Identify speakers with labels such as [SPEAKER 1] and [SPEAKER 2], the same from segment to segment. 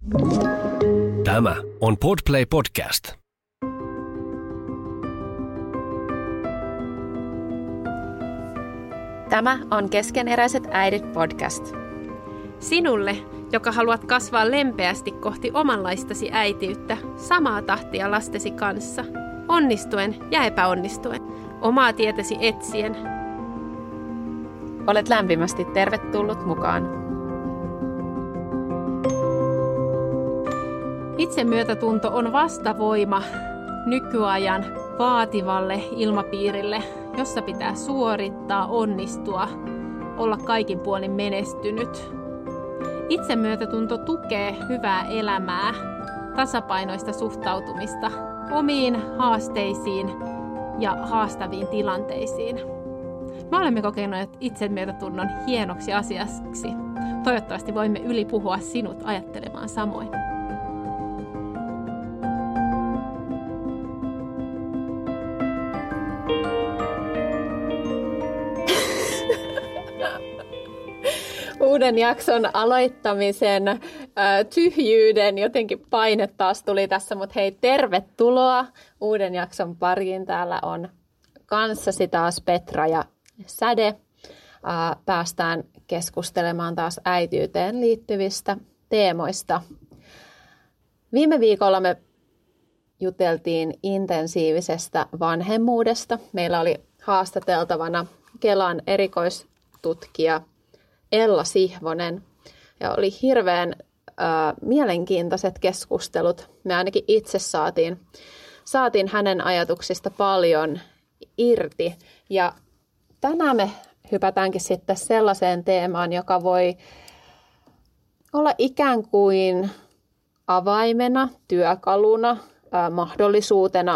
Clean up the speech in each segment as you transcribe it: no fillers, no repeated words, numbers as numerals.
[SPEAKER 1] Tämä on Podplay Podcast.
[SPEAKER 2] Tämä on Keskeneräiset äidit podcast.
[SPEAKER 3] Sinulle, joka haluat kasvaa lempeästi kohti omanlaistasi äitiyttä, samaa tahtia lastesi kanssa, onnistuen ja epäonnistuen, omaa tietäsi etsien.
[SPEAKER 2] Olet lämpimästi tervetullut mukaan.
[SPEAKER 3] Itsemyötätunto on vastavoima nykyajan vaativalle ilmapiirille, jossa pitää suorittaa, onnistua, olla kaikin puolin menestynyt. Itsemyötätunto tukee hyvää elämää, tasapainoista suhtautumista omiin haasteisiin ja haastaviin tilanteisiin. Me olemme kokeneet itsemyötätunnon hienoksi asiaksi. Toivottavasti voimme ylipuhua sinut ajattelemaan samoin.
[SPEAKER 2] Uuden jakson aloittamisen tyhjyyden jotenkin paine taas tuli tässä, mutta hei, tervetuloa uuden jakson pariin. Täällä on kanssasi taas Petra ja Säde. Päästään keskustelemaan taas äitiyteen liittyvistä teemoista. Viime viikolla me juteltiin intensiivisestä vanhemmuudesta. Meillä oli haastateltavana Kelan erikoistutkija Ella Sihvonen, ja oli hirveän mielenkiintoiset keskustelut. Me ainakin itse saatiin hänen ajatuksista paljon irti, ja tänään me hypätäänkin sitten sellaiseen teemaan, joka voi olla ikään kuin avaimena, työkaluna, mahdollisuutena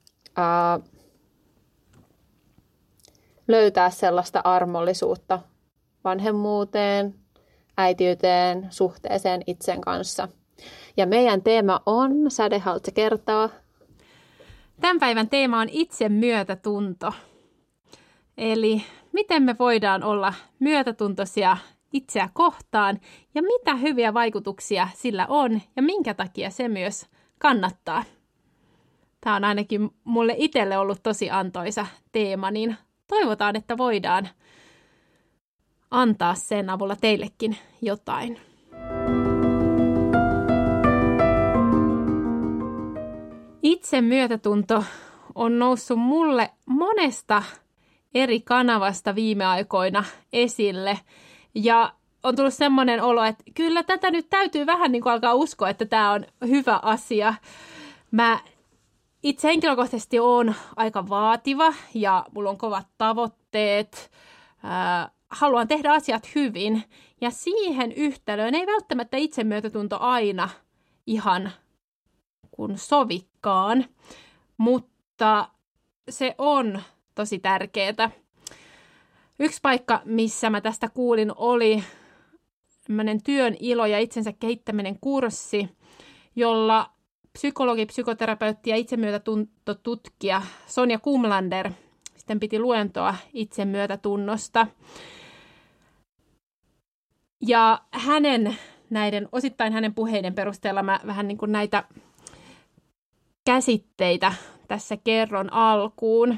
[SPEAKER 2] löytää sellaista armollisuutta vanhemmuuteen, äitiyteen, suhteeseen itsen kanssa. Ja meidän teema on, Säde, haluatko kertoa?
[SPEAKER 3] Tämän päivän teema on itsemyötätunto. Eli miten me voidaan olla myötätuntoisia itseä kohtaan ja mitä hyviä vaikutuksia sillä on ja minkä takia se myös kannattaa. Tämä on ainakin mulle itselle ollut tosi antoisa teema, niin toivotaan, että voidaan antaa sen avulla teillekin jotain. Itsemyötätunto on noussut mulle monesta eri kanavasta viime aikoina esille. Ja on tullut semmoinen olo, että kyllä tätä nyt täytyy vähän niin kuin alkaa uskoa, että tämä on hyvä asia. Mä itse henkilökohtaisesti olen aika vaativa ja mulla on kovat tavoitteet. Haluan tehdä asiat hyvin, ja siihen yhtälöön ei välttämättä itsemyötätunto aina ihan kun sovikkaan, mutta se on tosi tärkeää. Yksi paikka, missä mä tästä kuulin, oli työn ilo ja itsensä kehittäminen kurssi, jolla psykologi, psykoterapeutti ja itsemyötätuntotutkija Sonja Kumlander sitten piti luentoa itsemyötätunnosta. Ja osittain hänen puheiden perusteella mä vähän niin kuin näitä käsitteitä tässä kerron alkuun.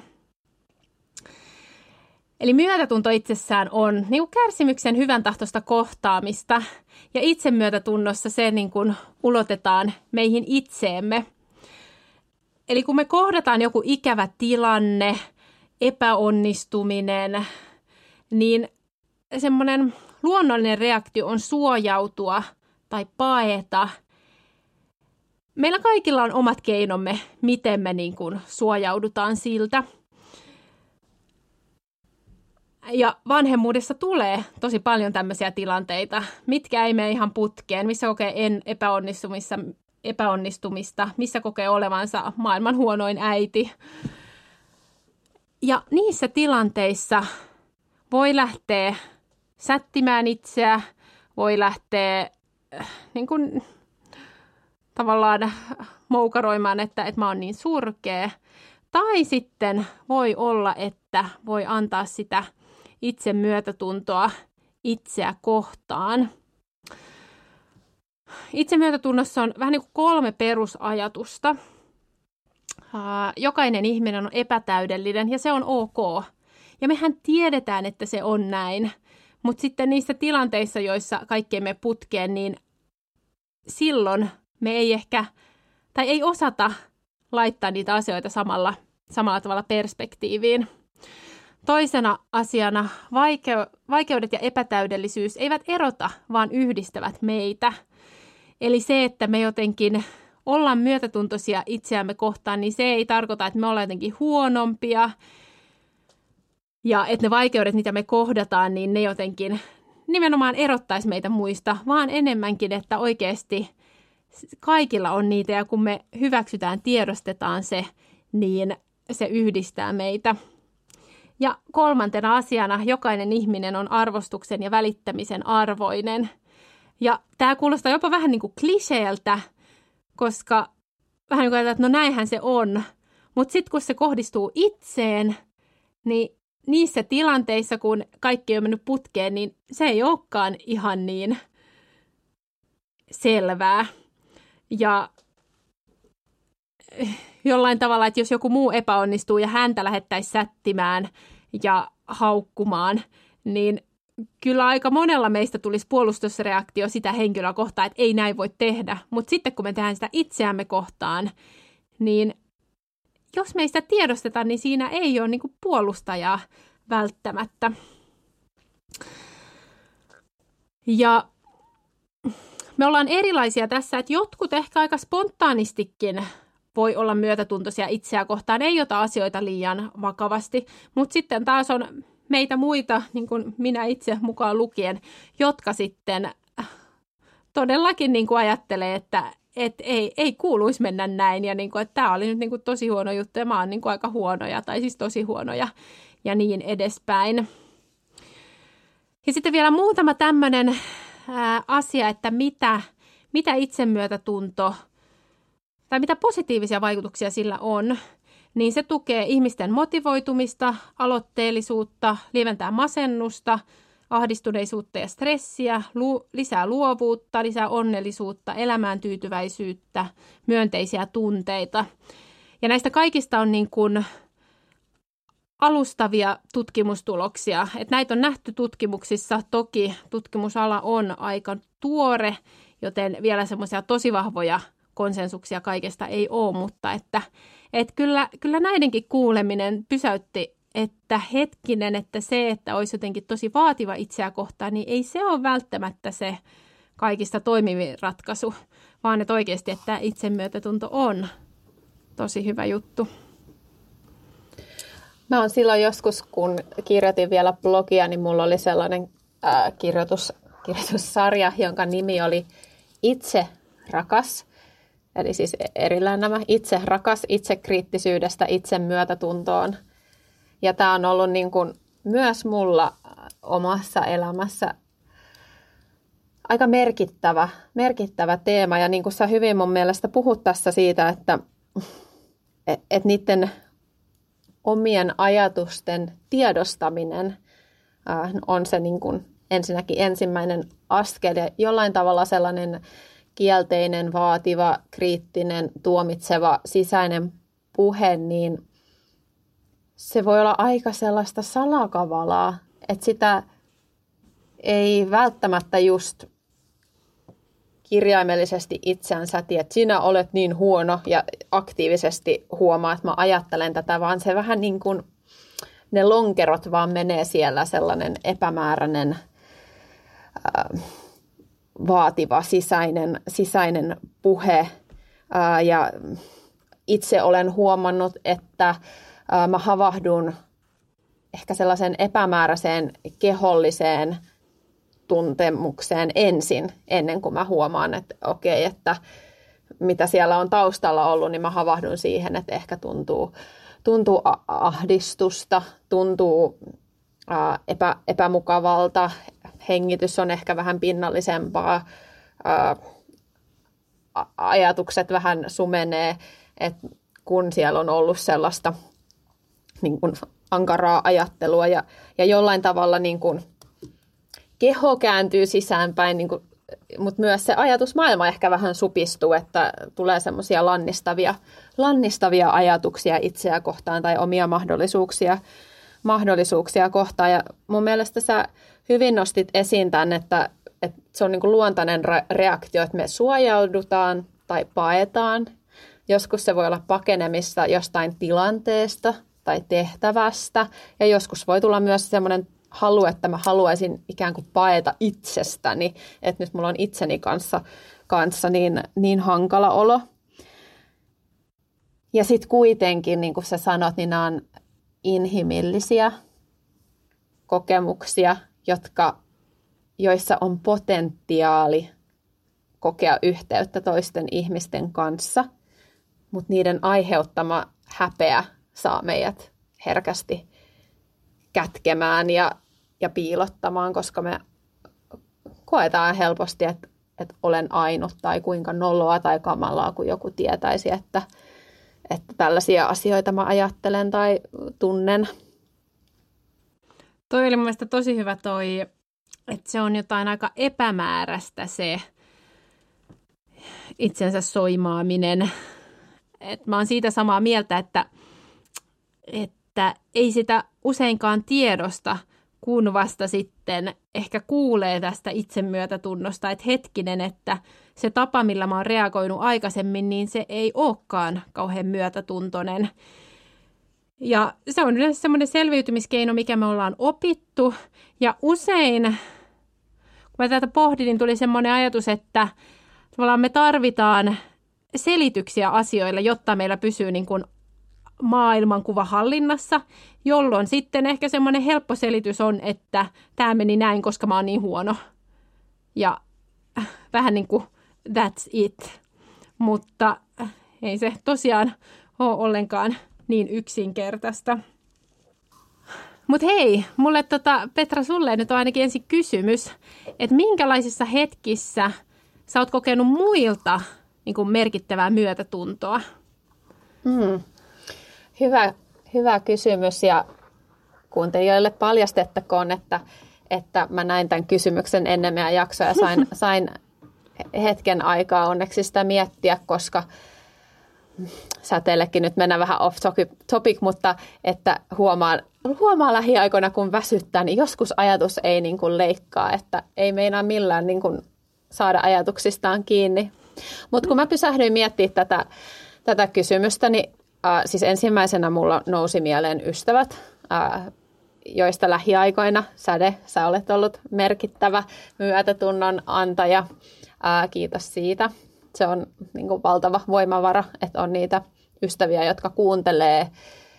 [SPEAKER 3] Eli myötätunto itsessään on niin kuin kärsimyksen hyvän tahtoista kohtaamista, ja itsemyötätunnossa se niin kuin ulotetaan meihin itseemme. Eli kun me kohdataan joku ikävä tilanne, epäonnistuminen, niin semmoinen luonnollinen reaktio on suojautua tai paeta. Meillä kaikilla on omat keinomme, miten me niin kuin suojaudutaan siltä. Ja vanhemmuudessa tulee tosi paljon tämmöisiä tilanteita, mitkä ei mene ihan putkeen, missä kokee epäonnistumista, missä kokee olevansa maailman huonoin äiti. Ja niissä tilanteissa voi lähteä sättimään itseä, voi lähteä niin kuin, tavallaan moukaroimaan, että mä oon niin surkea. Tai sitten voi olla, että voi antaa sitä itsemyötätuntoa itseä kohtaan. Itsemyötätunnossa on vähän niin kuin 3 perusajatusta. Jokainen ihminen on epätäydellinen ja se on ok. Ja mehän tiedetään, että se on näin. Mutta sitten niissä tilanteissa, joissa kaikki me putkeen, niin silloin me ei ehkä, tai ei osata laittaa niitä asioita samalla tavalla perspektiiviin. Toisena asiana vaikeudet ja epätäydellisyys eivät erota, vaan yhdistävät meitä. Eli se, että me jotenkin ollaan myötätuntoisia itseämme kohtaan, niin se ei tarkoita, että me ollaan jotenkin huonompia. Ja että ne vaikeudet, mitä me kohdataan, niin ne jotenkin nimenomaan erottaisi meitä muista, vaan enemmänkin, että oikeasti kaikilla on niitä ja kun me hyväksytään, tiedostetaan se, niin se yhdistää meitä. Ja 3. asiana jokainen ihminen on arvostuksen ja välittämisen arvoinen. Ja tämä kuulostaa jopa vähän niin kuin kliseeltä, koska vähän niin kuin ajatellaan, että no näinhän se on. Mutta sitten kun se kohdistuu itseen, niin niissä tilanteissa, kun kaikki on mennyt putkeen, niin se ei olekaan ihan niin selvää. Ja jollain tavalla, että jos joku muu epäonnistuu ja häntä lähettäisiin sättimään ja haukkumaan, niin kyllä aika monella meistä tulisi puolustusreaktio sitä henkilöä kohtaan, että ei näin voi tehdä. Mutta sitten kun me tehdään sitä itseämme kohtaan, niin jos me ei sitä tiedosteta, niin siinä ei ole niin kuin puolustajaa välttämättä. Ja me ollaan erilaisia tässä, että jotkut ehkä aika spontaanistikin voi olla myötätuntoisia itseä kohtaan, ei ota asioita liian vakavasti, mutta sitten taas on meitä muita, niin kuin minä itse mukaan lukien, jotka sitten todellakin niin kuin ajattelee, että ei kuuluisi mennä näin ja niin kuin, että tämä oli nyt niin kuin tosi huono juttu ja mä oon niin kuin aika huonoja tai siis tosi huonoja ja niin edespäin. Ja sitten vielä muutama tämmöinen asia, että mitä itsemyötätunto tai mitä positiivisia vaikutuksia sillä on, niin se tukee ihmisten motivoitumista, aloitteellisuutta, lieventää masennusta, ahdistuneisuutta ja stressiä, lisää luovuutta, lisää onnellisuutta, elämään tyytyväisyyttä, myönteisiä tunteita. Ja näistä kaikista on niin kuin alustavia tutkimustuloksia. Että näitä on nähty tutkimuksissa. Toki tutkimusala on aika tuore, joten vielä semmoisia tosi vahvoja konsensuksia kaikesta ei ole, mutta että kyllä näidenkin kuuleminen pysäytti, että hetkinen, että se, että olisi jotenkin tosi vaativa itseä kohtaan, niin ei se ole välttämättä se kaikista toimivin ratkaisu, vaan että oikeasti, että itsemyötätunto on tosi hyvä juttu.
[SPEAKER 2] Mä oon silloin joskus, kun kirjoitin vielä blogia, niin mulla oli sellainen kirjoitussarja, jonka nimi oli Itse rakas. Eli siis erillään nämä itse rakas, itsekriittisyydestä, itsemyötätuntoon. Ja tämä on ollut niin kuin myös mulla omassa elämässä aika merkittävä teema. Ja niin kuin sä hyvin mun mielestä puhut tässä siitä, että niiden omien ajatusten tiedostaminen on se niin kuin ensinnäkin ensimmäinen askel ja jollain tavalla sellainen kielteinen, vaativa, kriittinen, tuomitseva sisäinen puhe, niin se voi olla aika sellaista salakavalaa, että sitä ei välttämättä just kirjaimellisesti itseänsä tiedä, että sinä olet niin huono ja aktiivisesti huomaa, että mä ajattelen tätä, vaan se vähän niin kuin ne lonkerot vaan menee siellä sellainen epämääräinen, vaativa sisäinen puhe. Ja itse olen huomannut, että mä havahdun ehkä sellaisen epämääräiseen keholliseen tuntemukseen ennen kuin mä huomaan, että okei, että mitä siellä on taustalla ollut, niin mä havahdun siihen, että ehkä tuntuu ahdistusta, tuntuu epämukavalta, hengitys on ehkä vähän pinnallisempaa, ajatukset vähän sumenee, että kun siellä on ollut sellaista niin kuin ankaraa ajattelua ja jollain tavalla niin kuin keho kääntyy sisäänpäin, niin kuin mutta myös se ajatusmaailma ehkä vähän supistuu, että tulee semmoisia lannistavia ajatuksia itseä kohtaan tai omia mahdollisuuksia kohtaan. Ja mun mielestä sä hyvin nostit esiin tämän, että se on niin kuin luontainen reaktio, että me suojaudutaan tai paetaan. Joskus se voi olla pakenemista jostain tilanteesta tai tehtävästä. Ja joskus voi tulla myös semmoinen halu, että mä haluaisin ikään kuin paeta itsestäni, että nyt mulla on itseni kanssa niin hankala olo. Ja sitten kuitenkin, niin kuin sä sanot, niin nämä on inhimillisiä kokemuksia, joissa on potentiaali kokea yhteyttä toisten ihmisten kanssa, mutta niiden aiheuttama häpeä saa meidät herkästi kätkemään ja piilottamaan, koska me koetaan helposti, että olen ainut tai kuinka noloa tai kamalaa, kun joku tietäisi, että tällaisia asioita mä ajattelen tai tunnen.
[SPEAKER 3] Toi oli mun mielestä tosi hyvä että se on jotain aika epämääräistä se itsensä soimaaminen. Et mä oon siitä samaa mieltä, että ei sitä useinkaan tiedosta, kun vasta sitten ehkä kuulee tästä itsemyötätunnosta, että hetkinen, että se tapa, millä mä oon reagoinut aikaisemmin, niin se ei olekaan kauhean myötätuntoinen. Ja se on yleensä semmoinen selviytymiskeino, mikä me ollaan opittu. Ja usein, kun mä tätä pohdin, niin tuli semmoinen ajatus, että tavallaan me tarvitaan selityksiä asioille, jotta meillä pysyy niin kuin maailmankuva hallinnassa, jolloin sitten ehkä semmoinen helppo selitys on, että tämä meni näin, koska mä oon niin huono. Ja vähän niin kuin that's it. Mutta ei se tosiaan ole ollenkaan niin yksinkertaista. Mutta hei, mulle Petra, sulle nyt on ainakin ensin kysymys, että minkälaisissa hetkissä sä oot kokenut muilta niin kuin merkittävää myötätuntoa?
[SPEAKER 2] Hyvä kysymys, ja kuuntelijoille paljastettakoon, että mä näin tämän kysymyksen ennen meidän jaksoa ja sain hetken aikaa onneksi sitä miettiä, koska säteellekin nyt mennään vähän off topic, mutta että huomaa lähiaikoina, kun väsyttää, niin joskus ajatus ei niin kuin leikkaa, että ei meinaa millään niin kuin saada ajatuksistaan kiinni. Mutta kun mä pysähdyin miettimään tätä kysymystä, niin siis ensimmäisenä mulla nousi mieleen ystävät, joista lähiaikoina sä olet ollut merkittävä myötätunnon antaja. Kiitos siitä. Se on niin kuin valtava voimavara, että on niitä ystäviä, jotka kuuntelee,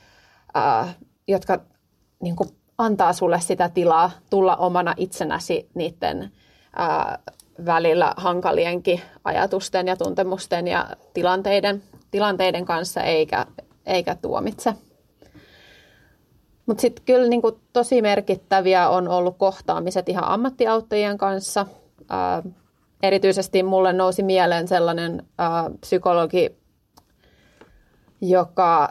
[SPEAKER 2] jotka niin kuin antaa sulle sitä tilaa tulla omana itsenäsi niiden välillä hankalienkin ajatusten ja tuntemusten ja tilanteiden kanssa, eikä tuomitse. Mutta sitten kyllä niin kuin tosi merkittäviä on ollut kohtaamiset ihan ammattiauttajien kanssa. Erityisesti mulle nousi mieleen sellainen psykologi, joka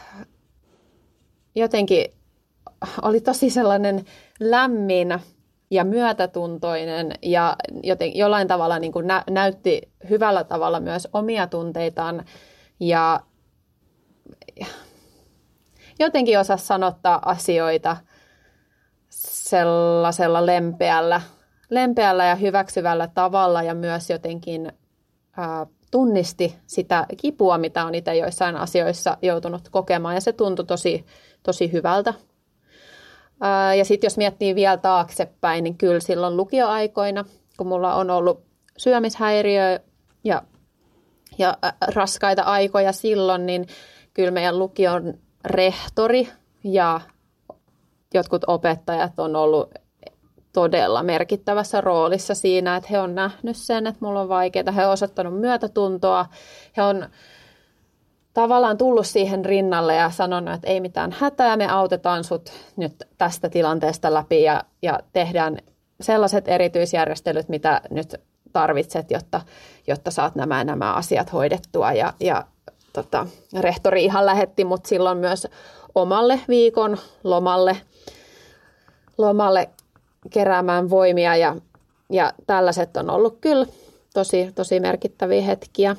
[SPEAKER 2] jotenkin oli tosi sellainen lämmin ja myötätuntoinen ja jollain tavalla niin kuin näytti hyvällä tavalla myös omia tunteitaan ja jotenkin osasi sanottaa asioita sellaisella lempeällä ja hyväksyvällä tavalla ja myös jotenkin tunnisti sitä kipua, mitä on itse joissain asioissa joutunut kokemaan ja se tuntui tosi hyvältä. Ja sitten jos miettii vielä taaksepäin, niin kyllä silloin lukioaikoina, kun mulla on ollut syömishäiriö ja raskaita aikoja silloin, niin kyllä meidän lukion rehtori ja jotkut opettajat on ollut todella merkittävässä roolissa siinä, että he on nähnyt sen, että mulla on vaikeaa. He on osoittanut myötätuntoa. He on tavallaan tullut siihen rinnalle ja sanonut, että ei mitään hätää, me autetaan sut nyt tästä tilanteesta läpi ja tehdään sellaiset erityisjärjestelyt, mitä nyt tarvitset, jotta saat nämä asiat hoidettua. Ja rehtori ihan lähetti mut silloin myös omalle viikon lomalle keräämään voimia Ja tällaiset on ollut kyllä tosi merkittäviä hetkiä.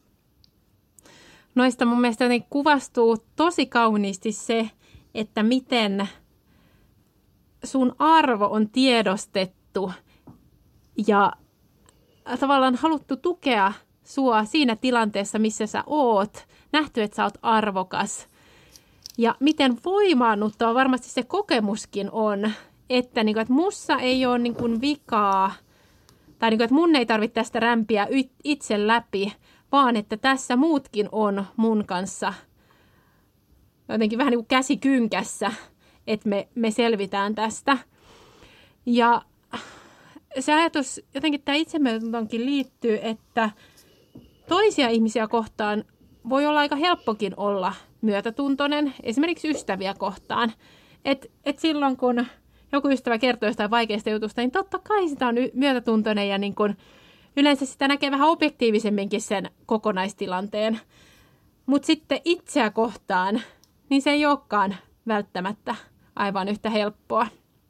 [SPEAKER 3] Noista mun mielestä kuvastuu tosi kauniisti se, että miten sun arvo on tiedostettu ja tavallaan haluttu tukea sua siinä tilanteessa, missä sä oot, nähty, että sä oot arvokas. Ja miten voimaannuttava varmasti se kokemuskin on, että mussa ei ole vikaa, tai että mun ei tarvitse tästä rämpiä itse läpi, vaan että tässä muutkin on mun kanssa jotenkin vähän käsi kynkässä, että me selvitään tästä. Ja se ajatus, jotenkin tämä itsemyötätuntoonkin liittyy, että toisia ihmisiä kohtaan voi olla aika helppokin olla myötätuntoinen, esimerkiksi ystäviä kohtaan. Et silloin, kun joku ystävä kertoo jostain vaikeasta jutusta, niin totta kai sitä on myötätuntoinen ja yleensä sitä näkee vähän objektiivisemminkin sen kokonaistilanteen. Mutta sitten itseä kohtaan, niin se ei olekaan välttämättä aivan yhtä helppoa.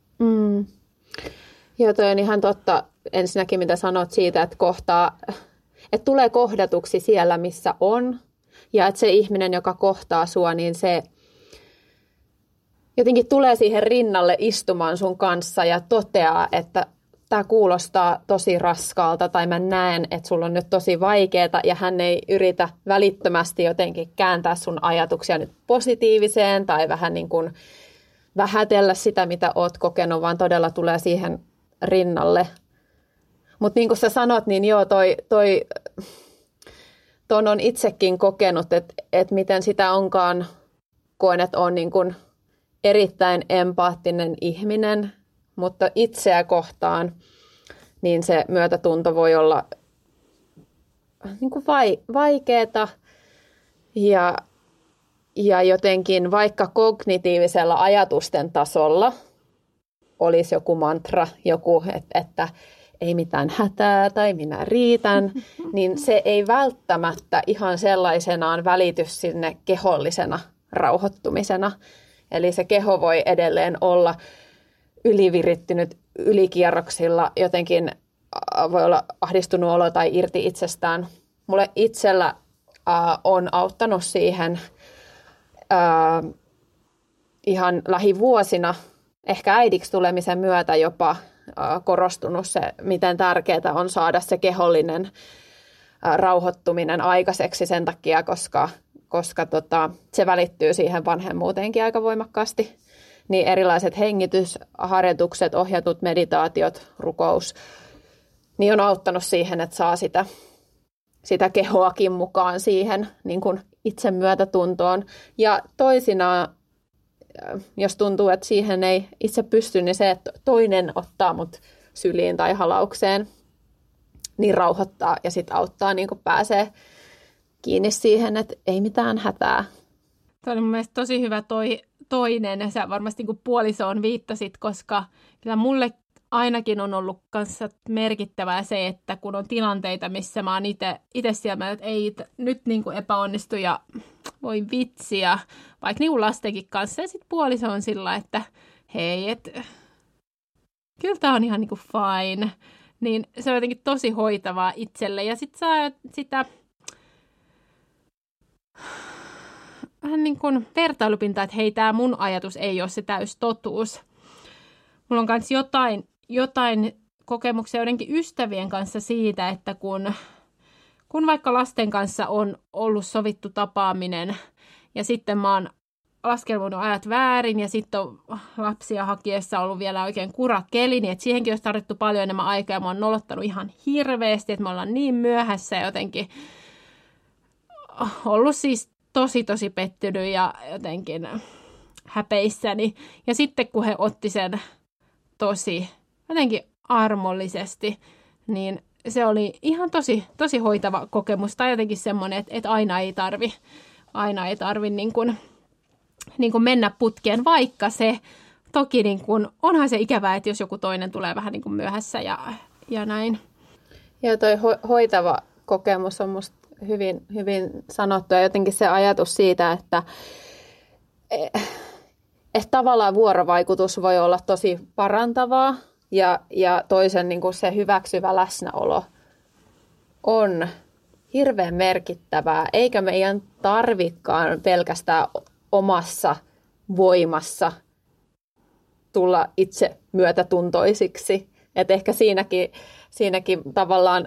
[SPEAKER 2] Joo, toi on ihan totta. Ensinnäkin mitä sanot siitä, että tulee kohdatuksi siellä, missä on. Ja että se ihminen, joka kohtaa sua, niin se jotenkin tulee siihen rinnalle istumaan sun kanssa ja toteaa, että tämä kuulostaa tosi raskaalta tai mä näen, että sulla on nyt tosi vaikeaa ja hän ei yritä välittömästi jotenkin kääntää sun ajatuksia nyt positiiviseen tai vähän vähätellä sitä, mitä oot kokenut, vaan todella tulee siihen rinnalle. Mutta niin kuin sä sanot, niin joo, ton on itsekin kokenut, että miten sitä onkaan, koen, että on erittäin empaattinen ihminen, mutta itseä kohtaan, niin se myötätunto voi olla vaikeeta ja jotenkin vaikka kognitiivisella ajatusten tasolla olisi joku mantra, että ei mitään hätää tai minä riitän, niin se ei välttämättä ihan sellaisenaan välity sinne kehollisena rauhoittumisena. Eli se keho voi edelleen olla ylivirittynyt ylikierroksilla, jotenkin voi olla ahdistunut olo tai irti itsestään. Mulle itsellä on auttanut siihen ihan lähivuosina, ehkä äidiksi tulemisen myötä jopa korostunut se, miten tärkeää on saada se kehollinen rauhoittuminen aikaiseksi sen takia, koska se välittyy siihen vanhemmuuteenkin aika voimakkaasti. Niin erilaiset hengitysharjoitukset, ohjatut meditaatiot, rukous, niin on auttanut siihen, että saa sitä kehoakin mukaan siihen niin kuin itsemyötätuntoon. Ja toisinaan, jos tuntuu, että siihen ei itse pysty, niin se, että toinen ottaa mut syliin tai halaukseen, niin rauhoittaa ja sitten auttaa niin kuin pääsee kiinni siihen, että ei mitään hätää.
[SPEAKER 3] Tuo oli mun mielestä tosi hyvä toinen. Sä varmasti niin puolisoon viittasit, koska kyllä mulle ainakin on ollut kanssa merkittävää se, että kun on tilanteita, missä mä oon itse siellä, että ei nyt niin kuin epäonnistu ja voi vitsiä, vaikka niin lastenkin kanssa. Ja sitten puoliso on sillä, että hei, kyllä tää on ihan niin kuin fine. Niin se on jotenkin tosi hoitavaa itselle. Ja sitten saa sitä vähän niin kuin vertailupintaa, että hei, tämä mun ajatus ei ole se täys totuus. Mulla on myös jotain kokemuksia joidenkin ystävien kanssa siitä, että kun vaikka lasten kanssa on ollut sovittu tapaaminen ja sitten mä oon laskelmoinut ajat väärin ja sitten on lapsia hakiessa ollut vielä oikein kurakeli, niin että siihenkin olisi tarvittu paljon enemmän aikaa ja mä oon nolottanut ihan hirveästi, että me ollaan niin myöhässä ja jotenkin ollut siis tosi pettynyt ja jotenkin häpeissäni. Ja sitten kun he otti sen tosi jotenkin armollisesti, niin se oli ihan tosi hoitava kokemus. Tai jotenkin semmoinen, että aina ei tarvi niin kuin mennä putkeen, vaikka se toki niin kuin, onhan se ikävää, että jos joku toinen tulee vähän niin kuin myöhässä ja näin.
[SPEAKER 2] Ja toi hoitava kokemus on musta hyvin sanottu ja jotenkin se ajatus siitä, että tavallaan vuorovaikutus voi olla tosi parantavaa ja toisen niin kuin se hyväksyvä läsnäolo on hirveän merkittävää, eikä meidän tarvikaan pelkästään omassa voimassa tulla itse myötätuntoisiksi. Et ehkä siinäkin tavallaan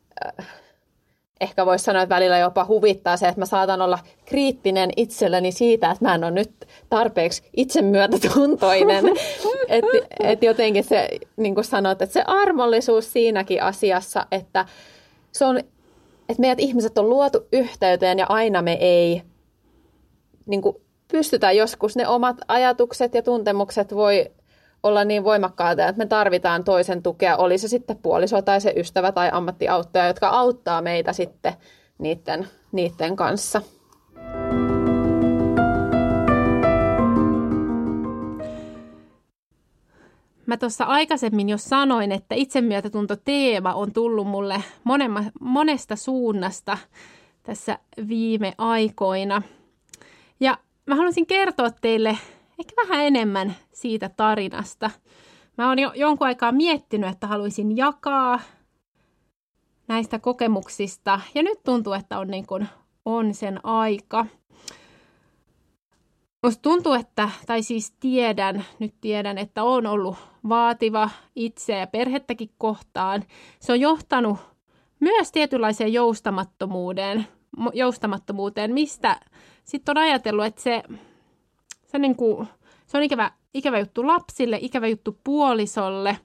[SPEAKER 2] ehkä voisi sanoa, että välillä jopa huvittaa se, että mä saatan olla kriittinen itselleni siitä, että mä en ole nyt tarpeeksi itsemyötätuntoinen. Et jotenkin se, niin kuin sanoit, että se armollisuus siinäkin asiassa, että se on, että meidät ihmiset on luotu yhteyteen ja aina me ei niin kuin pystytä joskus, ne omat ajatukset ja tuntemukset voi olla niin voimakkaita, että me tarvitaan toisen tukea, oli se sitten puoliso tai se ystävä tai ammattiauttaja, jotka auttaa meitä sitten niiden kanssa.
[SPEAKER 3] Mä tuossa aikaisemmin jo sanoin, että itsemyötätuntoteema on tullut mulle monesta suunnasta tässä viime aikoina. Ja mä haluaisin kertoa teille ehkä vähän enemmän siitä tarinasta. Mä oon jo jonkun aikaa miettinyt, että haluaisin jakaa näistä kokemuksista. Ja nyt tuntuu, että on sen aika. Musta tuntuu, tiedän, että on ollut vaativa itseä ja perhettäkin kohtaan. Se on johtanut myös tietynlaiseen joustamattomuuteen, mistä sitten on ajatellut, että se on ikävä juttu lapsille, ikävä juttu puolisolle.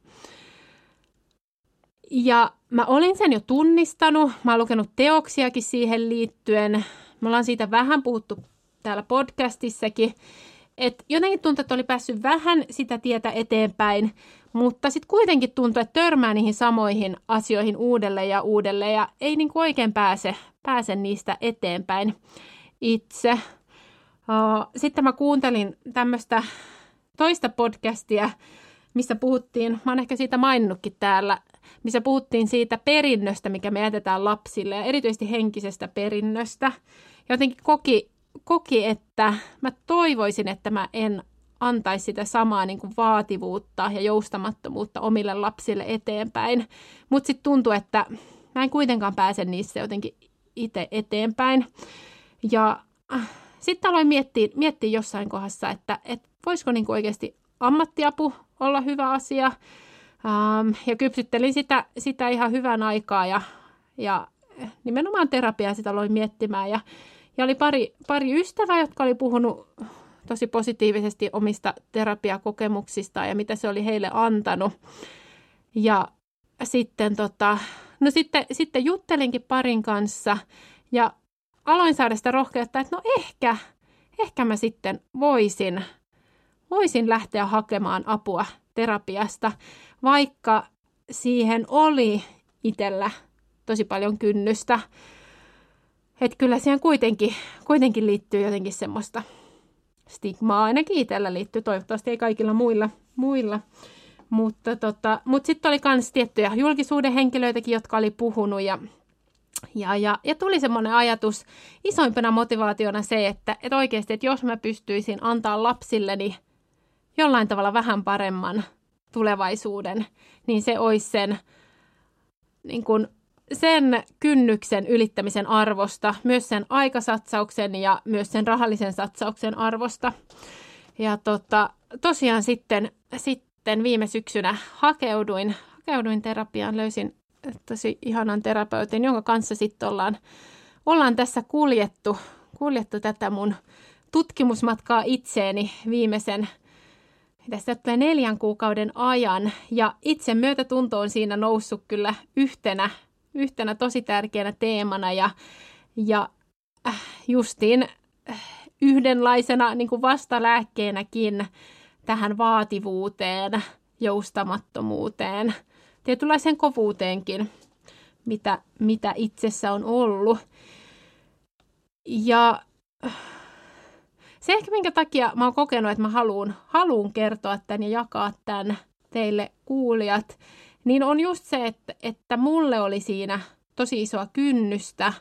[SPEAKER 3] Ja mä olin sen jo tunnistanut, mä oon lukenut teoksiakin siihen liittyen. Me ollaan siitä vähän puhuttu täällä podcastissakin. Et jotenkin tuntui, että oli päässyt vähän sitä tietä eteenpäin, mutta sitten kuitenkin tuntui, että törmää niihin samoihin asioihin uudelleen ja ei niin kuin oikein pääse niistä eteenpäin itse. Sitten mä kuuntelin tämmöistä toista podcastia, missä puhuttiin, mä oon ehkä siitä maininnutkin täällä, missä puhuttiin siitä perinnöstä, mikä me jätetään lapsille ja erityisesti henkisestä perinnöstä. Jotenkin koki, että mä toivoisin, että mä en antaisi sitä samaa niin kuin vaativuutta ja joustamattomuutta omille lapsille eteenpäin. Mutta sitten tuntuu, että mä en kuitenkaan pääse niissä jotenkin itse eteenpäin. Ja sitten aloin miettiä jossain kohdassa, että voisiko niin kuin oikeasti ammattiapu olla hyvä asia. Ja kypsyttelin sitä ihan hyvän aikaa ja nimenomaan terapiaa sitä aloin miettimään. Ja oli pari ystävää, jotka oli puhunut tosi positiivisesti omista terapiakokemuksistaan ja mitä se oli heille antanut. Ja sitten, sitten juttelinkin parin kanssa ja aloin saada sitä rohkeutta, että no ehkä mä sitten voisin lähteä hakemaan apua terapiasta, vaikka siihen oli itsellä tosi paljon kynnystä. Että kyllä siihen kuitenkin liittyy jotenkin semmoista stigmaa, ainakin itsellä liittyy, toivottavasti ei kaikilla muilla. Mutta sitten oli myös tiettyjä julkisuuden henkilöitäkin, jotka oli puhunut ja tuli semmoinen ajatus isoimpana motivaationa se, että oikeasti, että jos mä pystyisin antaa lapsilleni jollain tavalla vähän paremman tulevaisuuden, niin se olisi sen kynnyksen ylittämisen arvosta, myös sen aikasatsauksen ja myös sen rahallisen satsauksen arvosta. Ja tosiaan sitten viime syksynä hakeuduin terapiaan, löysin tosi ihanan terapeutin, jonka kanssa sitten ollaan tässä kuljettu tätä mun tutkimusmatkaa itseeni viimeisen tästä 4 kuukauden ajan. Ja itsemyötätunto on siinä noussut kyllä yhtenä tosi tärkeänä teemana ja justiin yhdenlaisena niin kuin vastalääkkeenäkin tähän vaativuuteen, joustamattomuuteen, tietynlaiseen kovuuteenkin, mitä itsessä on ollut. Ja se ehkä minkä takia mä oon kokenut, että mä haluun kertoa tämän ja jakaa tämän teille kuulijat, niin on just se, että mulle oli siinä tosi isoa kynnystä,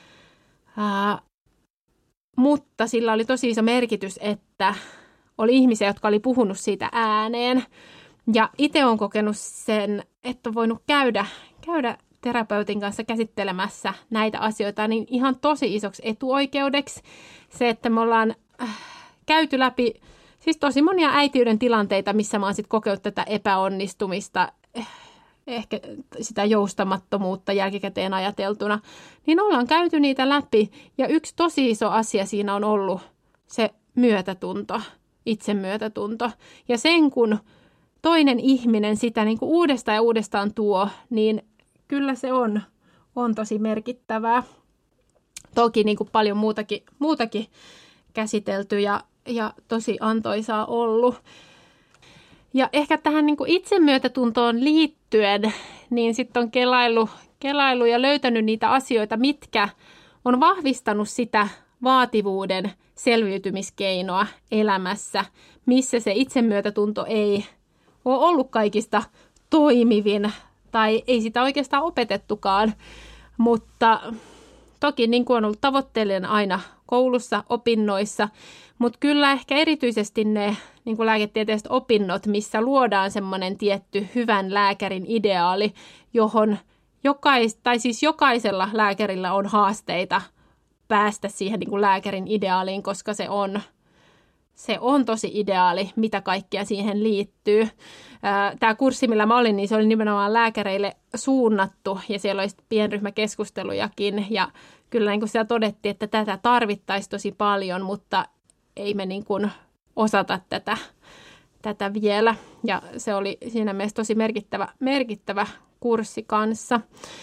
[SPEAKER 3] mutta sillä oli tosi iso merkitys, että oli ihmisiä, jotka oli puhunut siitä ääneen. Ja itse olen kokenut sen, että on voinut käydä terapeutin kanssa käsittelemässä näitä asioita, niin ihan tosi isoksi etuoikeudeksi se, että me ollaan käyty läpi siis tosi monia äitiyden tilanteita, missä mä oon sitten kokenut tätä epäonnistumista, ehkä sitä joustamattomuutta jälkikäteen ajateltuna, niin ollaan käyty niitä läpi. Ja yksi tosi iso asia siinä on ollut se myötätunto, itsemyötätunto. Ja sen kun toinen ihminen sitä niin kuin uudestaan ja uudestaan tuo, niin kyllä se on tosi merkittävää. Toki niin kuin paljon muutakin käsitelty ja tosi antoisaa ollut. Ja ehkä tähän niin kuin itsemyötätuntoon liittyen, niin sitten on kelailu ja löytänyt niitä asioita, mitkä on vahvistanut sitä vaativuuden selviytymiskeinoa elämässä, missä se itsemyötätunto ei ole ollut kaikista toimivin tai ei sitä oikeastaan opetettukaan, mutta toki niin kuin on ollut tavoitteellinen aina koulussa, opinnoissa, mutta kyllä ehkä erityisesti ne niin kuin lääketieteelliset opinnot, missä luodaan semmoinen tietty hyvän lääkärin ideaali, johon jokaisella lääkärillä on haasteita päästä siihen niin kuin lääkärin ideaaliin, koska se on tosi ideaali, mitä kaikkea siihen liittyy. Tämä kurssi, millä mä olin, niin se oli nimenomaan lääkäreille suunnattu ja siellä oli pienryhmäkeskustelujakin ja kyllä niin kuin siellä todettiin, että tätä tarvittaisiin tosi paljon, mutta ei me niin kuin osata tätä vielä ja se oli siinä mielessä tosi merkittävä kurssi kanssa.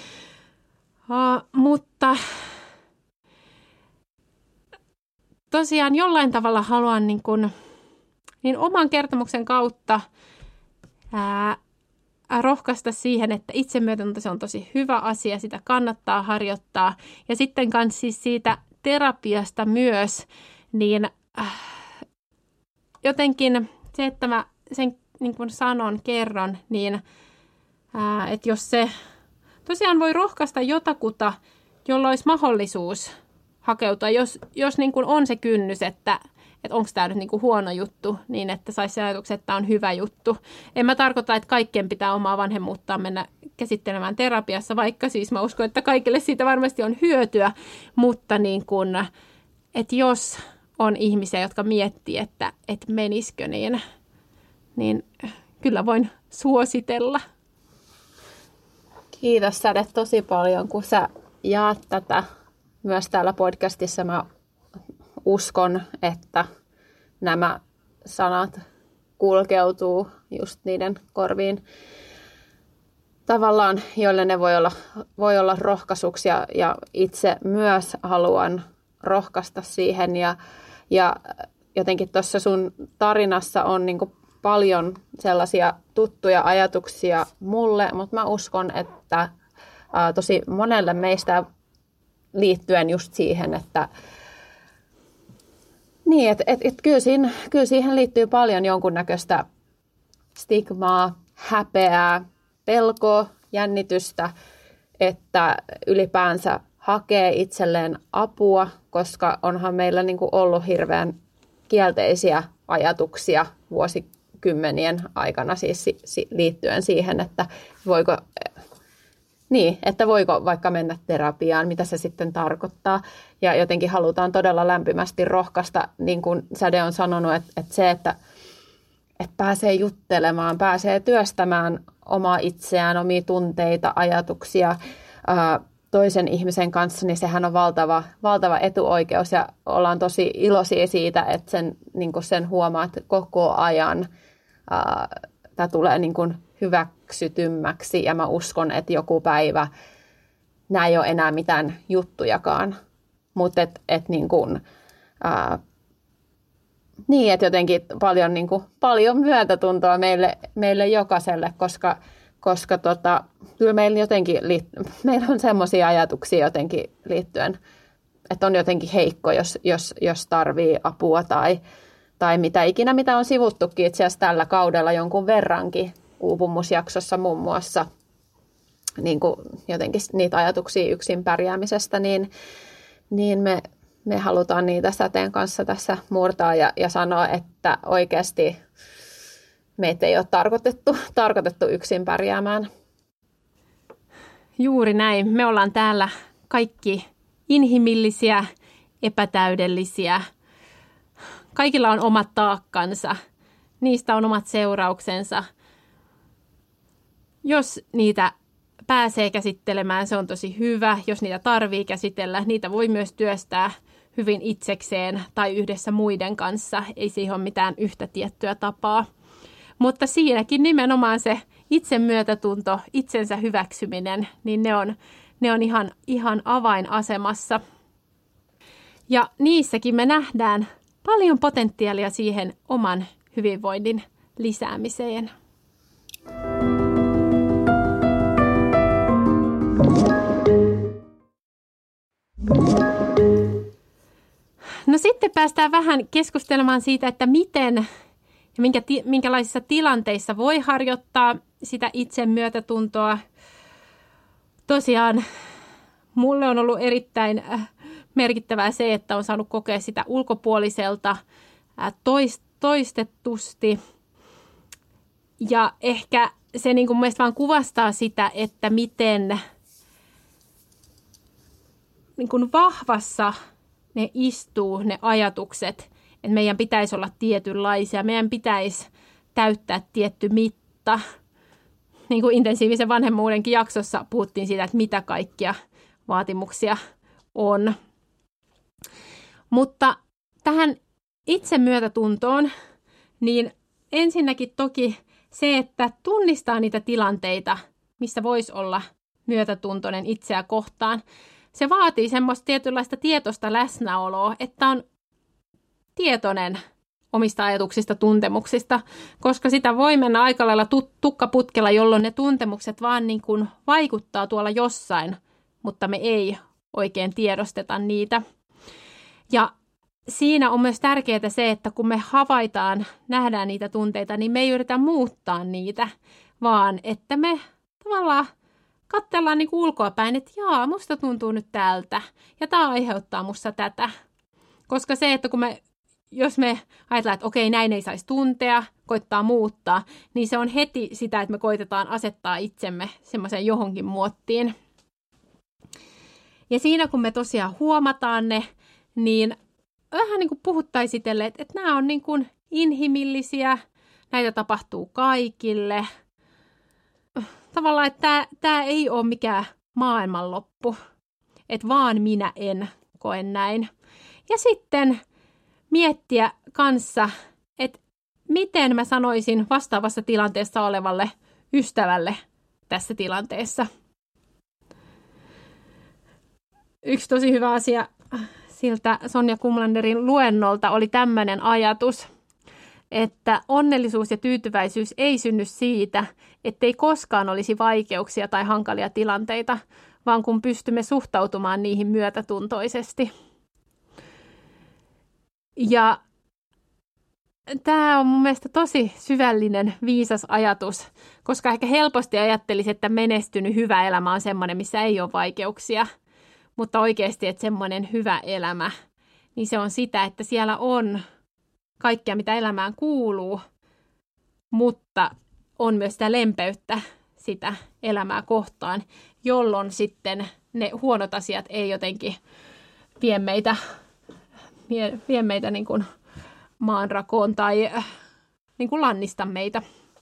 [SPEAKER 3] Mutta tosiaan jollain tavalla haluan niin oman kertomuksen kautta rohkaista siihen, että itsemyötätunto se on tosi hyvä asia, sitä kannattaa harjoittaa. Ja sitten kans siis siitä terapiasta myös, niin jotenkin se, että mä sen niin kuin kerron, niin että jos se tosiaan voi rohkaista jotakuta, jolla olisi mahdollisuus hakeutua, jos niin kuin on se kynnys, että onko tämä nyt niin kuin huono juttu, niin että saisi ajatuksen, että tämä on hyvä juttu. En mä tarkoita, että kaikkien pitää omaa vanhemmuuttaan mennä käsittelemään terapiassa, vaikka siis mä uskon, että kaikille siitä varmasti on hyötyä, mutta niin kuin, että jos on ihmisiä, jotka miettii, että menisikö, niin kyllä voin suositella.
[SPEAKER 2] Kiitos Säde tosi paljon, kun sä jaat tätä myös täällä podcastissa. Mä uskon, että nämä sanat kulkeutuu just niiden korviin tavallaan, joille ne voi olla rohkaisuksi ja itse myös haluan rohkaista siihen ja jotenkin tuossa sun tarinassa on niin kuin paljon sellaisia tuttuja ajatuksia mulle, mutta mä uskon, että tosi monelle meistä liittyen just siihen, että niin, että kyllä siihen liittyy paljon jonkunnäköistä stigmaa, häpeää, pelkoa, jännitystä, että ylipäänsä hakee itselleen apua, koska onhan meillä niin kuin ollut hirveän kielteisiä ajatuksia vuosikymmenien aikana siis liittyen siihen, että voiko vaikka mennä terapiaan, mitä se sitten tarkoittaa. Ja jotenkin halutaan todella lämpimästi rohkaista, niin kuin Säde on sanonut, että se, että pääsee juttelemaan, pääsee työstämään omaa itseään, omia tunteita, ajatuksia toisen ihmisen kanssa, niin sehän on valtava etuoikeus. Ja ollaan tosi iloisia siitä, että sen huomaa, että koko ajan tämä tulee niin kuin hyväksytymmäksi ja mä uskon, että joku päivä nämä ei ole enää mitään juttujakaan, mutta että jotenkin paljon myötätuntoa meille jokaiselle, koska kyllä meillä on semmoisia ajatuksia jotenkin liittyen, että on jotenkin heikko, jos tarvii apua tai mitä ikinä, mitä on sivuttukin itse asiassa tällä kaudella jonkun verrankin uupumusjaksossa muun muassa niin kuin jotenkin niitä ajatuksia yksin pärjäämisestä, niin me halutaan niitä Säteen kanssa tässä murtaa ja sanoa, että oikeasti meitä ei ole tarkoitettu yksin pärjäämään.
[SPEAKER 3] Juuri näin. Me ollaan täällä kaikki inhimillisiä, epätäydellisiä. Kaikilla on omat taakkansa. Niistä on omat seurauksensa. Jos niitä pääsee käsittelemään, se on tosi hyvä. Jos niitä tarvii käsitellä, niitä voi myös työstää hyvin itsekseen tai yhdessä muiden kanssa. Ei siihen ole mitään yhtä tiettyä tapaa. Mutta siinäkin nimenomaan se itsemyötätunto, itsensä hyväksyminen, niin ne on ihan avainasemassa. Ja niissäkin me nähdään paljon potentiaalia siihen oman hyvinvoinnin lisäämiseen. No sitten päästään vähän keskustelemaan siitä, että miten ja minkälaisissa tilanteissa voi harjoittaa sitä itsemyötätuntoa. Tosiaan mulle on ollut erittäin merkittävää se, että on saanut kokea sitä ulkopuoliselta toistetusti. Ja ehkä se niin kuin mielestäni vaan kuvastaa sitä, että miten niin kuin vahvassa ne istuu, ne ajatukset, että meidän pitäisi olla tietynlaisia, meidän pitäisi täyttää tietty mitta. Niin kuin intensiivisen vanhemmuudenkin jaksossa puhuttiin siitä, että mitä kaikkia vaatimuksia on. Mutta tähän itsemyötätuntoon, niin ensinnäkin toki se, että tunnistaa niitä tilanteita, missä voisi olla myötätuntoinen itseä kohtaan. Se vaatii semmoista tietynlaista tietoista läsnäoloa, että on tietoinen omista ajatuksista, tuntemuksista, koska sitä voi mennä aika lailla tukkaputkella, jolloin ne tuntemukset vaan niin kuin vaikuttaa tuolla jossain, mutta me ei oikein tiedosteta niitä. Ja siinä on myös tärkeää se, että kun me havaitaan, nähdään niitä tunteita, niin me ei yritä muuttaa niitä, vaan että me tavallaan katsellaan niin kuin ulkoapäin, että jaa, musta tuntuu nyt tältä ja tämä aiheuttaa musta tätä. Koska se, että jos me ajatellaan, että okei, näin ei saisi tuntea, koittaa muuttaa, niin se on heti sitä, että me koitetaan asettaa itsemme semmoiseen johonkin muottiin. Ja siinä, kun me tosiaan huomataan ne, niin vähän niin kuin puhuttaisiin itselle, että nämä on niin kuin inhimillisiä, näitä tapahtuu kaikille. Tavallaan, että tämä ei ole mikään maailmanloppu, että vaan minä en koe näin. Ja sitten miettiä kanssa, että miten mä sanoisin vastaavassa tilanteessa olevalle ystävälle tässä tilanteessa. Yksi tosi hyvä asia siltä Sonja Kumlanderin luennolta oli tämmöinen ajatus, että onnellisuus ja tyytyväisyys ei synny siitä, ettei koskaan olisi vaikeuksia tai hankalia tilanteita, vaan kun pystymme suhtautumaan niihin myötätuntoisesti. Ja tämä on mun mielestä tosi syvällinen, viisas ajatus, koska ehkä helposti ajattelisi, että menestynyt hyvä elämä on semmoinen, missä ei ole vaikeuksia. Mutta oikeasti, että semmoinen hyvä elämä, niin se on sitä, että siellä on kaikkea, mitä elämään kuuluu, mutta on myös sitä lempeyttä sitä elämää kohtaan, jolloin sitten ne huonot asiat ei jotenkin vie meitä niin kuin maanrakoon tai niin kuin lannista meitä.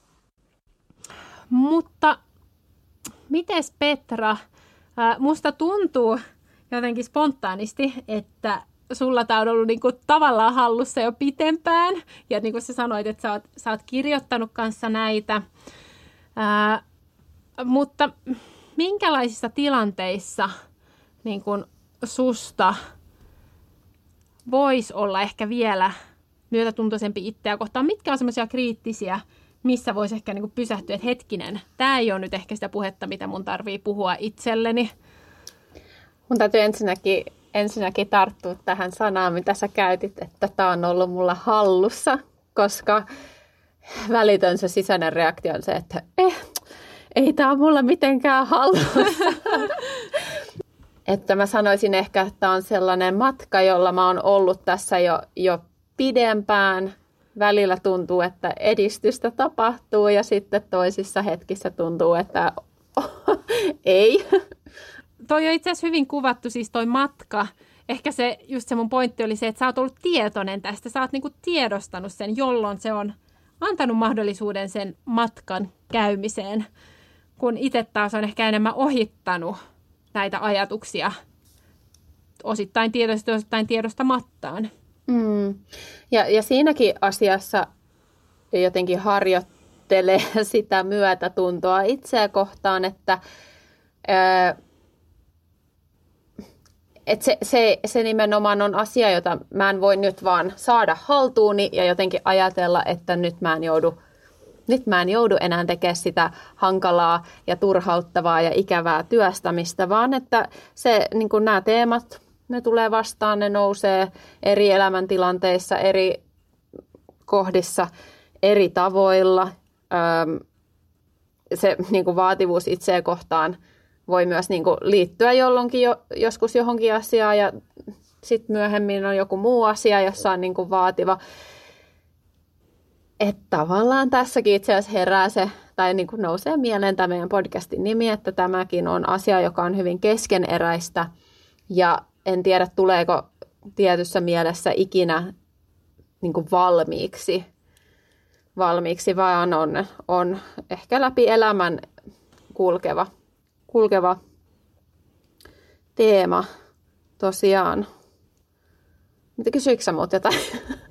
[SPEAKER 3] Mutta mites Petra, musta tuntuu jotenkin spontaanisti, että sulla tämä on ollut niin kuin tavallaan hallussa jo pitempään. Ja niin kuin sä sanoit, että sä oot kirjoittanut kanssa näitä. Mutta minkälaisissa tilanteissa niin kuin susta voisi olla ehkä vielä myötätuntoisempi itseä kohtaan? Mitkä on semmoisia kriittisiä, missä voisi ehkä niin kuin pysähtyä, että hetkinen, tämä ei ole nyt ehkä sitä puhetta, mitä mun tarvii puhua itselleni.
[SPEAKER 2] Mun täytyy ensinnäkin tarttua tähän sanaan, mitä sä käytit, että tämä on ollut mulla hallussa, koska välitön se sisäinen reaktio on se, että ei tämä ole mulla mitenkään hallussa. Että mä sanoisin ehkä, että on sellainen matka, jolla mä oon ollut tässä jo pidempään, välillä tuntuu, että edistystä tapahtuu ja sitten toisissa hetkissä tuntuu, että ei.
[SPEAKER 3] Toi on itse asiassa hyvin kuvattu, siis toi matka. Ehkä se, just se mun pointti oli se, että sä oot ollut tietoinen tästä. Sä oot niinku tiedostanut sen, jolloin se on antanut mahdollisuuden sen matkan käymiseen, kun itse taas on ehkä enemmän ohittanut näitä ajatuksia osittain tiedosta, osittain tiedostamattaan.
[SPEAKER 2] Ja siinäkin asiassa jotenkin harjoittelee sitä myötätuntoa itseä kohtaan, että se nimenomaan on asia, jota mä en voi nyt vaan saada haltuuni ja jotenkin ajatella, että nyt mä en joudu enää tekemään sitä hankalaa ja turhauttavaa ja ikävää työstämistä, vaan että se, niin kuin nämä teemat, ne tulee vastaan, ne nousee eri elämäntilanteissa, eri kohdissa, eri tavoilla. Se niin kuin vaativuus itseä kohtaan voi myös niin kuin liittyä joskus johonkin asiaan ja sitten myöhemmin on joku muu asia, jossa on niin kuin vaativa. Että tavallaan tässäkin itse asiassa herää se, tai niin kuin nousee mieleen tämä meidän podcastin nimi, että tämäkin on asia, joka on hyvin keskeneräistä ja en tiedä, tuleeko tietyssä mielessä ikinä niin kuin valmiiksi, vaan on ehkä läpi elämän kulkeva teema tosiaan. Mitä kysyikö sä muut jotain?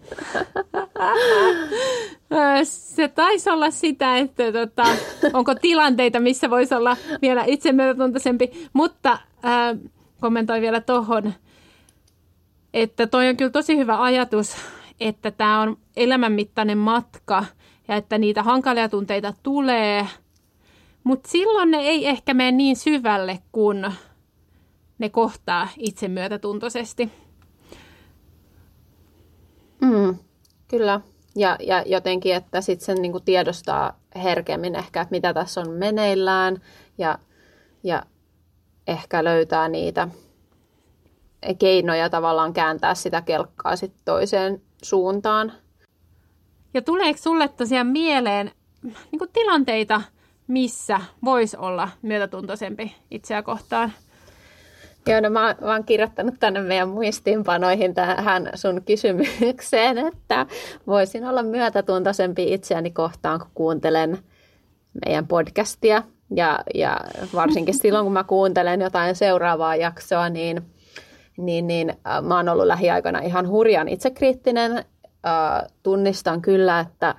[SPEAKER 3] Se taisi olla sitä, että onko tilanteita, missä voisi olla vielä itsemyötätuntoisempi, mutta kommentoin vielä tuohon, että toi on kyllä tosi hyvä ajatus, että tämä on elämänmittainen matka ja että niitä hankalia tunteita tulee, mutta silloin ne ei ehkä mene niin syvälle, kun ne kohtaa itsemyötätuntoisesti.
[SPEAKER 2] Kyllä. Ja jotenkin, että sitten sen niinku tiedostaa herkemmin ehkä, että mitä tässä on meneillään ja ehkä löytää niitä keinoja tavallaan kääntää sitä kelkkaa sitten toiseen suuntaan.
[SPEAKER 3] Ja tuleeko sulle tosiaan mieleen niinku tilanteita, missä voisi olla myötätuntoisempi itseä kohtaan?
[SPEAKER 2] Joo, no mä oon kirjoittanut tänne meidän muistiinpanoihin tähän sun kysymykseen, että voisin olla myötätuntoisempi itseäni kohtaan, kun kuuntelen meidän podcastia. Ja varsinkin silloin, kun mä kuuntelen jotain seuraavaa jaksoa, niin mä oon ollut lähiaikoina ihan hurjan itsekriittinen. Tunnistan kyllä, että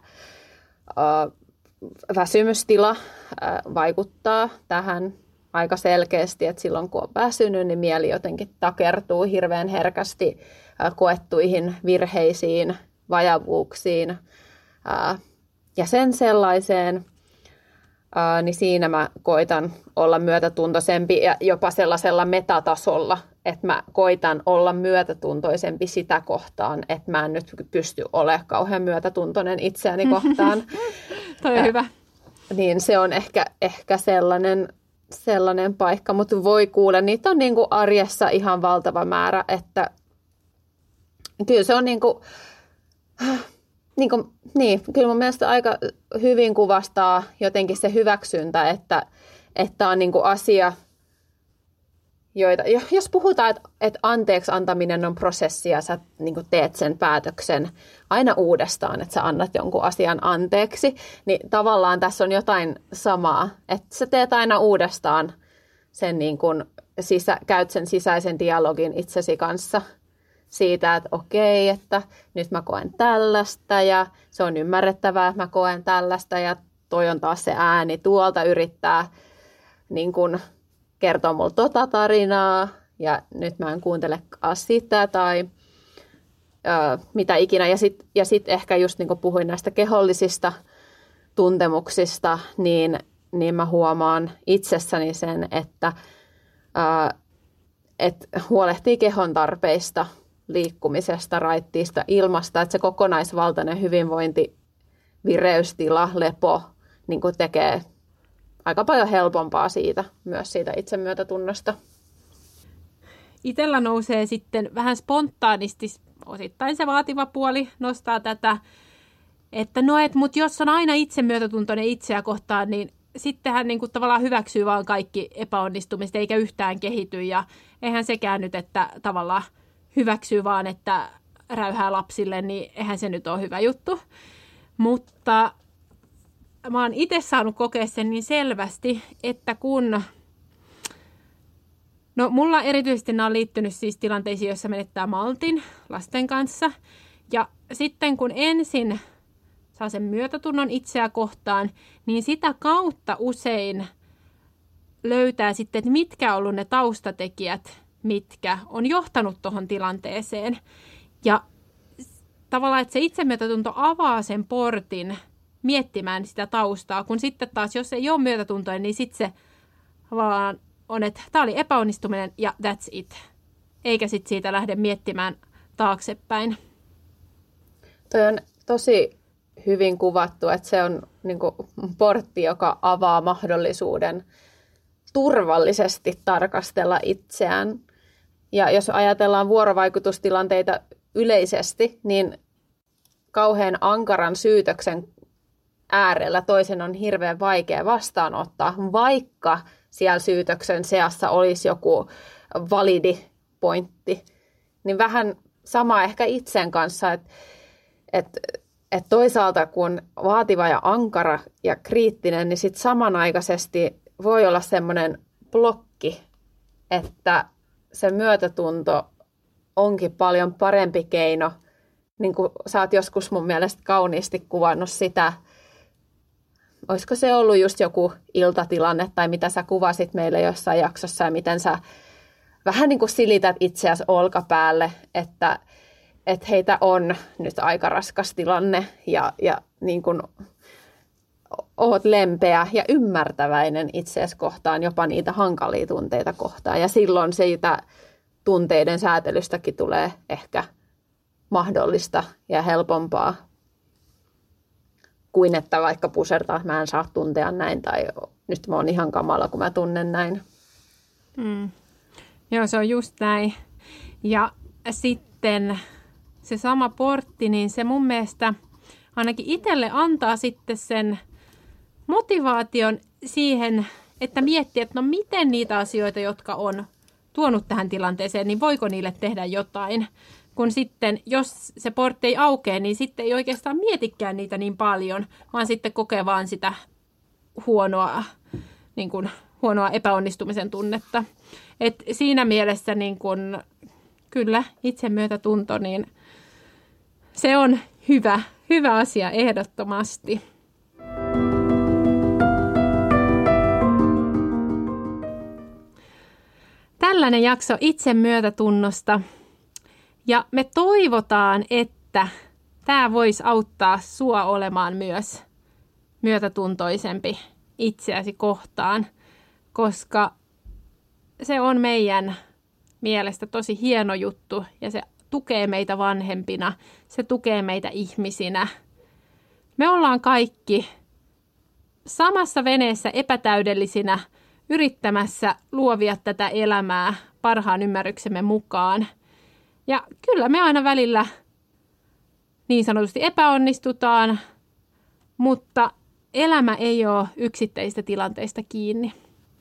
[SPEAKER 2] väsymystila vaikuttaa tähän aika selkeästi, että silloin kun on väsynyt, niin mieli jotenkin takertuu hirveän herkästi koettuihin virheisiin, vajavuuksiin ja sen sellaiseen, niin siinä mä koitan olla myötätuntoisempi ja jopa sellaisella metatasolla, että mä koitan olla myötätuntoisempi sitä kohtaan, että mä en nyt pysty olemaan kauhean myötätuntoinen itseäni kohtaan.
[SPEAKER 3] Toi on hyvä.
[SPEAKER 2] Niin se on ehkä sellainen paikka, mutta voi kuulla, niitä on niin kuin arjessa ihan valtava määrä, että kyllä se on kyllä mun mielestä aika hyvin kuvastaa jotenkin se hyväksyntä, että on niin kuin asia, jos puhutaan, että anteeksi antaminen on prosessi ja sä niin kuin teet sen päätöksen aina uudestaan, että sä annat jonkun asian anteeksi, niin tavallaan tässä on jotain samaa, että sä teet aina uudestaan sen niin kuin käyt sen sisäisen dialogin itsesi kanssa siitä, että okei, että nyt mä koen tällaista ja se on ymmärrettävää, että mä koen tällaista ja toi on taas se ääni tuolta yrittää niin kuin kertoo mulle tota tarinaa ja nyt mä en kuuntelekaan sitä tai mitä ikinä. Ja sit ehkä just niin kuin puhuin näistä kehollisista tuntemuksista, niin mä huomaan itsessäni sen, että huolehtii kehon tarpeista, liikkumisesta, raittiista, ilmasta, että se kokonaisvaltainen hyvinvointi, vireystila, lepo niin kuin tekee aika paljon helpompaa myös siitä itsemyötätunnosta.
[SPEAKER 3] Itellä nousee sitten vähän spontaanisti, osittain se vaativa puoli nostaa tätä että mutta jos on aina itsemyötätuntoinen itseä kohtaan, niin sitten hän niin kuin tavallaan hyväksyy vaan kaikki epäonnistumista eikä yhtään kehity. Ja eihän sekään nyt, että tavallaan hyväksyy vaan, että räyhää lapsille, niin eihän se nyt ole hyvä juttu. Mutta mä oon itse saanut kokea sen niin selvästi, että mulla erityisesti nämä on liittynyt siis tilanteisiin, joissa menettää maltin lasten kanssa. Ja sitten kun ensin saa sen myötätunnon itseä kohtaan, niin sitä kautta usein löytää sitten, että mitkä on ollut ne taustatekijät, mitkä on johtanut tuohon tilanteeseen. Ja tavallaan, että se itsemyötätunto avaa sen portin miettimään sitä taustaa, kun sitten taas, jos ei ole myötätuntoinen, niin sitten se tavallaan on, että tämä oli epäonnistuminen ja that's it. Eikä sitten siitä lähde miettimään taaksepäin.
[SPEAKER 2] Toi on tosi hyvin kuvattu, että se on niin kuin portti, joka avaa mahdollisuuden turvallisesti tarkastella itseään. Ja jos ajatellaan vuorovaikutustilanteita yleisesti, niin kauhean ankaran syytöksen äärellä toisen on hirveän vaikea vastaanottaa, vaikka siellä syytöksen seassa olisi joku validi pointti. Niin vähän sama ehkä itsen kanssa, että toisaalta kun vaativa ja ankara ja kriittinen, niin sitten samanaikaisesti voi olla semmoinen blokki, että se myötätunto onkin paljon parempi keino. Niin kuin sä oot joskus mun mielestä kauniisti kuvannut sitä, olisiko se ollut just joku iltatilanne tai mitä sä kuvasit meille jossain jaksossa ja miten sä vähän niin kuin silität itseäsi olkapäälle, että heitä on nyt aika raskas tilanne ja niin kuin oot lempeä ja ymmärtäväinen itseäsi kohtaan, jopa niitä hankalia tunteita kohtaan. Ja silloin siitä tunteiden säätelystäkin tulee ehkä mahdollista ja helpompaa kuin että vaikka pusertaa, että mä en saa tuntea näin tai nyt mä oon ihan kamala, kun mä tunnen näin.
[SPEAKER 3] Joo, se on just näin. Ja sitten se sama portti, niin se mun mielestä ainakin itselle antaa sitten sen motivaation siihen, että miettii, että miten niitä asioita, jotka on tuonut tähän tilanteeseen, niin voiko niille tehdä jotain. Kun sitten, jos se portti ei aukea, niin sitten ei oikeastaan mietikään niitä niin paljon, vaan sitten kokee vaan sitä huonoa epäonnistumisen tunnetta. Et siinä mielessä niin kun, kyllä itsemyötätunto, niin se on hyvä asia ehdottomasti. Tällainen jakso itsemyötätunnosta. Ja me toivotaan, että tämä voisi auttaa sua olemaan myös myötätuntoisempi itseäsi kohtaan, koska se on meidän mielestä tosi hieno juttu ja se tukee meitä vanhempina, se tukee meitä ihmisinä. Me ollaan kaikki samassa veneessä epätäydellisinä yrittämässä luovia tätä elämää parhaan ymmärryksemme mukaan. Ja kyllä me aina välillä niin sanotusti epäonnistutaan, mutta elämä ei ole yksittäisistä tilanteista kiinni.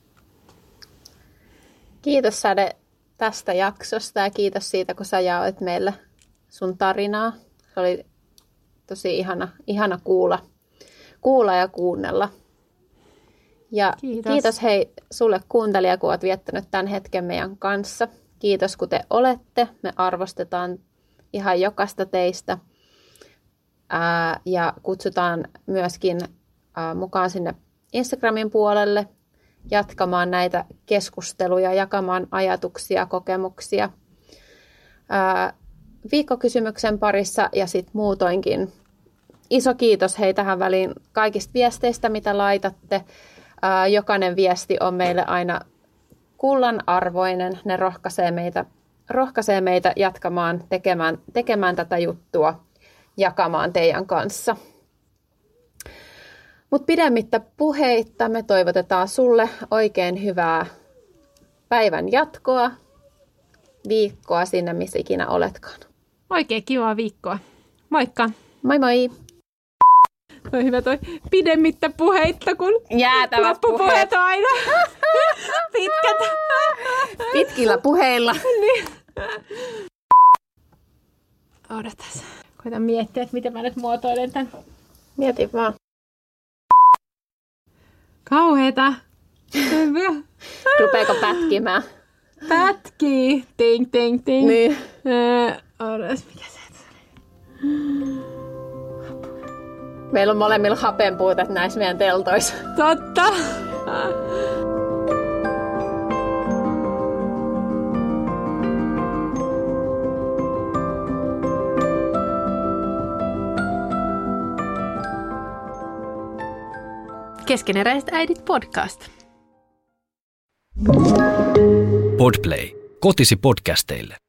[SPEAKER 2] Kiitos Sade tästä jaksosta ja kiitos siitä, kun sä jaoit meille sun tarinaa. Se oli tosi ihana kuulla ja kuunnella. Ja kiitos hei sulle kuuntelija, kun olet viettänyt tämän hetken meidän kanssa. Kiitos, kun te olette. Me arvostetaan ihan jokaista teistä. Ja kutsutaan myöskin mukaan sinne Instagramin puolelle jatkamaan näitä keskusteluja, jakamaan ajatuksia, kokemuksia viikkokysymyksen parissa ja sitten muutoinkin. Iso kiitos hei tähän väliin kaikista viesteistä, mitä laitatte. Jokainen viesti on meille aina kullan arvoinen. Ne rohkaisee meitä jatkamaan, tekemään tätä juttua, jakamaan teidän kanssa. Mutta pidemmittä puheitta me toivotetaan sulle oikein hyvää päivän jatkoa, viikkoa sinne, missä ikinä oletkaan.
[SPEAKER 3] Oikein kivaa viikkoa. Moikka!
[SPEAKER 2] Moi moi!
[SPEAKER 3] Toi hyvä toi pidemmittä puheitta, kun
[SPEAKER 2] Jäätävät
[SPEAKER 3] loppupuheet on aina pitkät.
[SPEAKER 2] Pitkillä puheilla.
[SPEAKER 3] Niin. Odotas. Koitan miettiä, että miten mä nyt muotoilen tän.
[SPEAKER 2] Mieti vaan.
[SPEAKER 3] Kauheeta.
[SPEAKER 2] Rupeeko pätkimään?
[SPEAKER 3] Pätkii. Ting, ting, ting.
[SPEAKER 2] Niin.
[SPEAKER 3] Odotas, mikä se oli?
[SPEAKER 2] Meillä on molemmilla hapenpuutet näissä meidän teltoissa.
[SPEAKER 3] Totta. Keskeneräiset äidit podcast.
[SPEAKER 1] Podplay. Kotisi podcasteille.